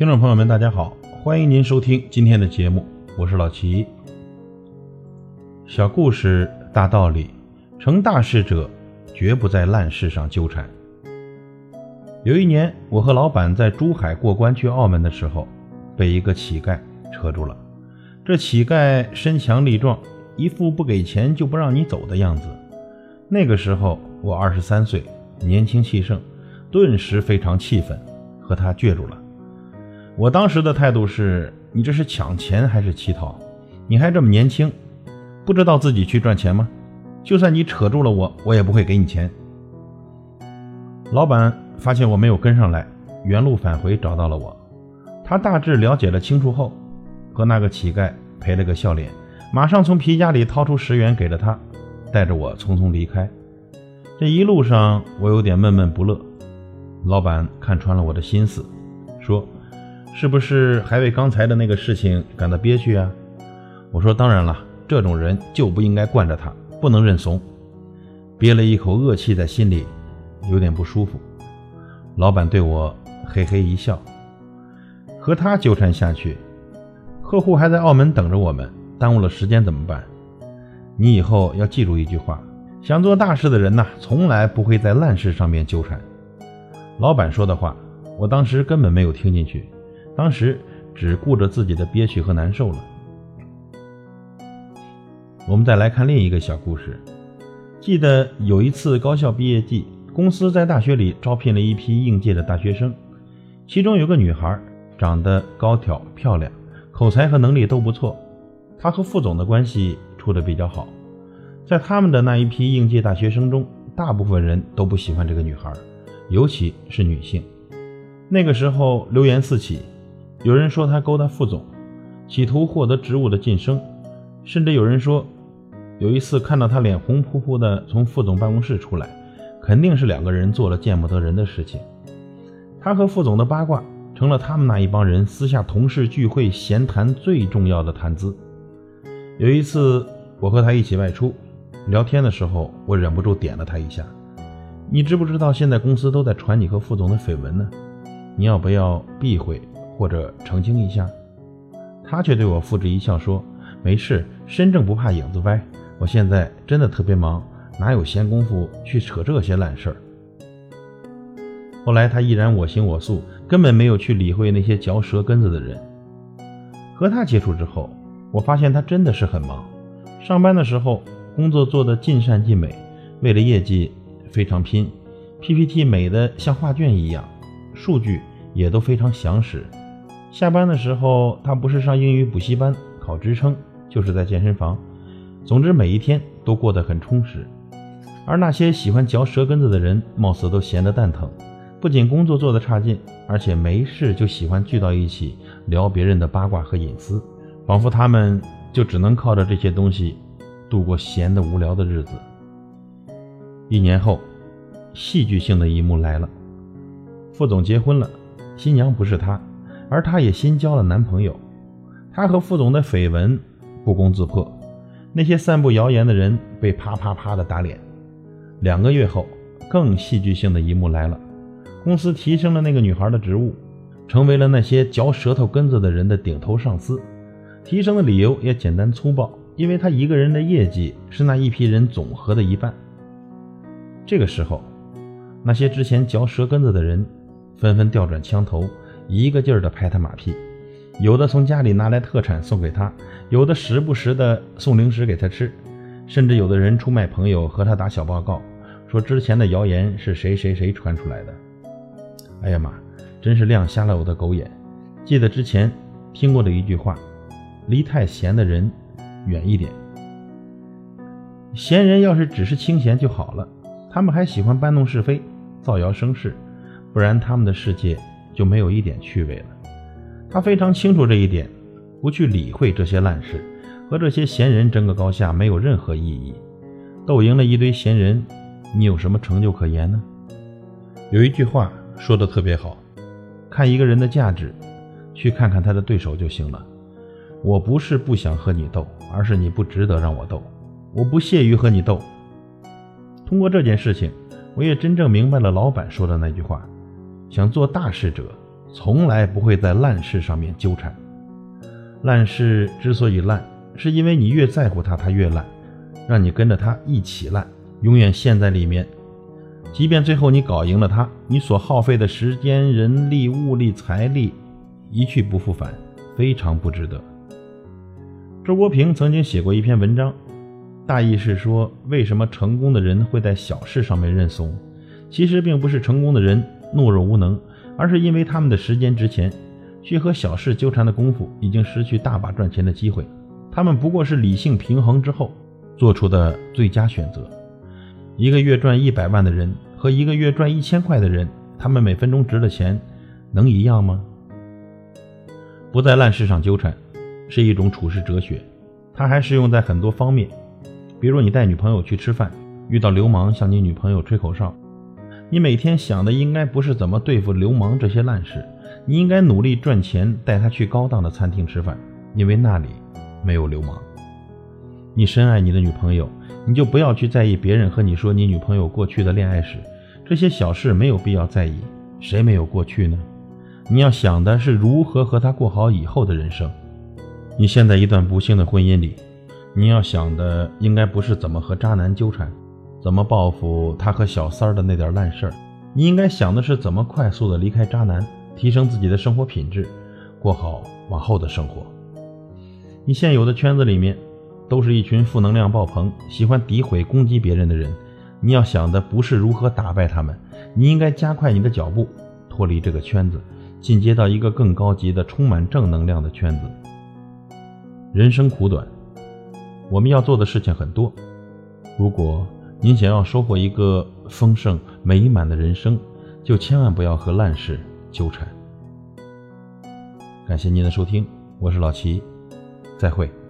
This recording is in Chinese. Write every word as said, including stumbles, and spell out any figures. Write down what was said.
听众朋友们大家好，欢迎您收听今天的节目，我是老齐。小故事大道理，成大事者绝不在烂事上纠缠。有一年，我和老板在珠海过关去澳门的时候，被一个乞丐扯住了。这乞丐身强力壮，一副不给钱就不让你走的样子。那个时候我二十三岁，年轻气盛，顿时非常气愤，和他倔住了。我当时的态度是，你这是抢钱还是乞讨？你还这么年轻，不知道自己去赚钱吗？就算你扯住了我，我也不会给你钱。老板发现我没有跟上来，原路返回找到了我。他大致了解了清楚后，和那个乞丐赔了个笑脸，马上从皮夹里掏出十元给了他，带着我匆匆离开。这一路上我有点闷闷不乐，老板看穿了我的心思，说是不是还为刚才的那个事情感到憋屈啊？我说当然了，这种人就不应该惯着他，不能认怂。憋了一口恶气在心里，有点不舒服。老板对我嘿嘿一笑，和他纠缠下去，客户还在澳门等着我们，耽误了时间怎么办？你以后要记住一句话，想做大事的人呐，从来不会在烂事上面纠缠。老板说的话，我当时根本没有听进去，当时只顾着自己的憋屈和难受了。我们再来看另一个小故事。记得有一次高校毕业季，公司在大学里招聘了一批应届的大学生，其中有个女孩长得高挑漂亮，口才和能力都不错，她和副总的关系处得比较好。在他们的那一批应届大学生中，大部分人都不喜欢这个女孩，尤其是女性。那个时候流言四起，有人说她勾搭副总，企图获得职务的晋升，甚至有人说有一次看到她脸红扑扑的从副总办公室出来，肯定是两个人做了见不得人的事情。她和副总的八卦成了他们那一帮人私下同事聚会闲谈最重要的谈资。有一次我和她一起外出聊天的时候，我忍不住点了她一下，你知不知道现在公司都在传你和副总的绯闻呢？你要不要避讳或者澄清一下？她却对我付之一笑说，没事，身正不怕影子歪，我现在真的特别忙，哪有闲工夫去扯这些烂事儿。后来她依然我行我素，根本没有去理会那些嚼舌根子的人。和她接触之后，我发现她真的是很忙，上班的时候工作做得尽善尽美，为了业绩非常拼， P P T 美得像画卷一样，数据也都非常详实。下班的时候，她不是上英语补习班考职称，就是在健身房，总之每一天都过得很充实。而那些喜欢嚼舌根子的人，貌似都闲得蛋疼，不仅工作做得差劲，而且没事就喜欢聚到一起聊别人的八卦和隐私，仿佛他们就只能靠着这些东西度过闲得无聊的日子。一年后，戏剧性的一幕来了，副总结婚了，新娘不是他，而他也新交了男朋友。他和副总的绯闻不攻自破，那些散布谣言的人被啪啪啪的打脸。两个月后，更戏剧性的一幕来了，公司提升了那个女孩的职务，成为了那些嚼舌头根子的人的顶头上司。提升的理由也简单粗暴，因为他一个人的业绩是那一批人总和的一半。这个时候，那些之前嚼舌根子的人纷纷调转枪头，一个劲儿地拍他马屁，有的从家里拿来特产送给他，有的时不时地送零食给他吃，甚至有的人出卖朋友和他打小报告，说之前的谣言是谁谁谁传出来的。哎呀妈，真是亮瞎了我的狗眼。记得之前听过的一句话，离太闲的人远一点。闲人要是只是清闲就好了，他们还喜欢搬弄是非，造谣生事，不然他们的世界就没有一点趣味了。他非常清楚这一点，不去理会这些烂事，和这些闲人争个高下没有任何意义。斗赢了一堆闲人，你有什么成就可言呢？有一句话说得特别好，看一个人的价值，去看看他的对手就行了。我不是不想和你斗，而是你不值得让我斗，我不屑于和你斗。通过这件事情，我也真正明白了老板说的那句话，想做大事者从来不会在烂事上面纠缠。烂事之所以烂，是因为你越在乎它，它越烂，让你跟着它一起烂，永远陷在里面。即便最后你搞赢了它，你所耗费的时间、人力、物力、财力一去不复返，非常不值得。周国平曾经写过一篇文章，大意是说，为什么成功的人会在小事上面认怂？其实并不是成功的人懦弱无能，而是因为他们的时间值钱，去和小事纠缠的功夫已经失去大把赚钱的机会。他们不过是理性平衡之后做出的最佳选择。一个月赚一百万的人和一个月赚一千块的人，他们每分钟值的钱能一样吗？不在烂事上纠缠是一种处世哲学，它还适用在很多方面。比如你带女朋友去吃饭，遇到流氓向你女朋友吹口哨，你每天想的应该不是怎么对付流氓这些烂事，你应该努力赚钱，带她去高档的餐厅吃饭，因为那里没有流氓。你深爱你的女朋友，你就不要去在意别人和你说你女朋友过去的恋爱史，这些小事没有必要在意，谁没有过去呢？你要想的是如何和她过好以后的人生。你现在一段不幸的婚姻里，你要想的应该不是怎么和渣男纠缠，怎么报复他和小三儿的那点烂事儿，你应该想的是怎么快速的离开渣男，提升自己的生活品质，过好往后的生活。你现有的圈子里面都是一群负能量爆棚，喜欢诋毁攻击别人的人，你要想的不是如何打败他们，你应该加快你的脚步，脱离这个圈子，进阶到一个更高级的充满正能量的圈子。人生苦短，我们要做的事情很多，如果您想要收获一个丰盛美满的人生，就千万不要和烂事纠缠。感谢您的收听，我是老齐，再会。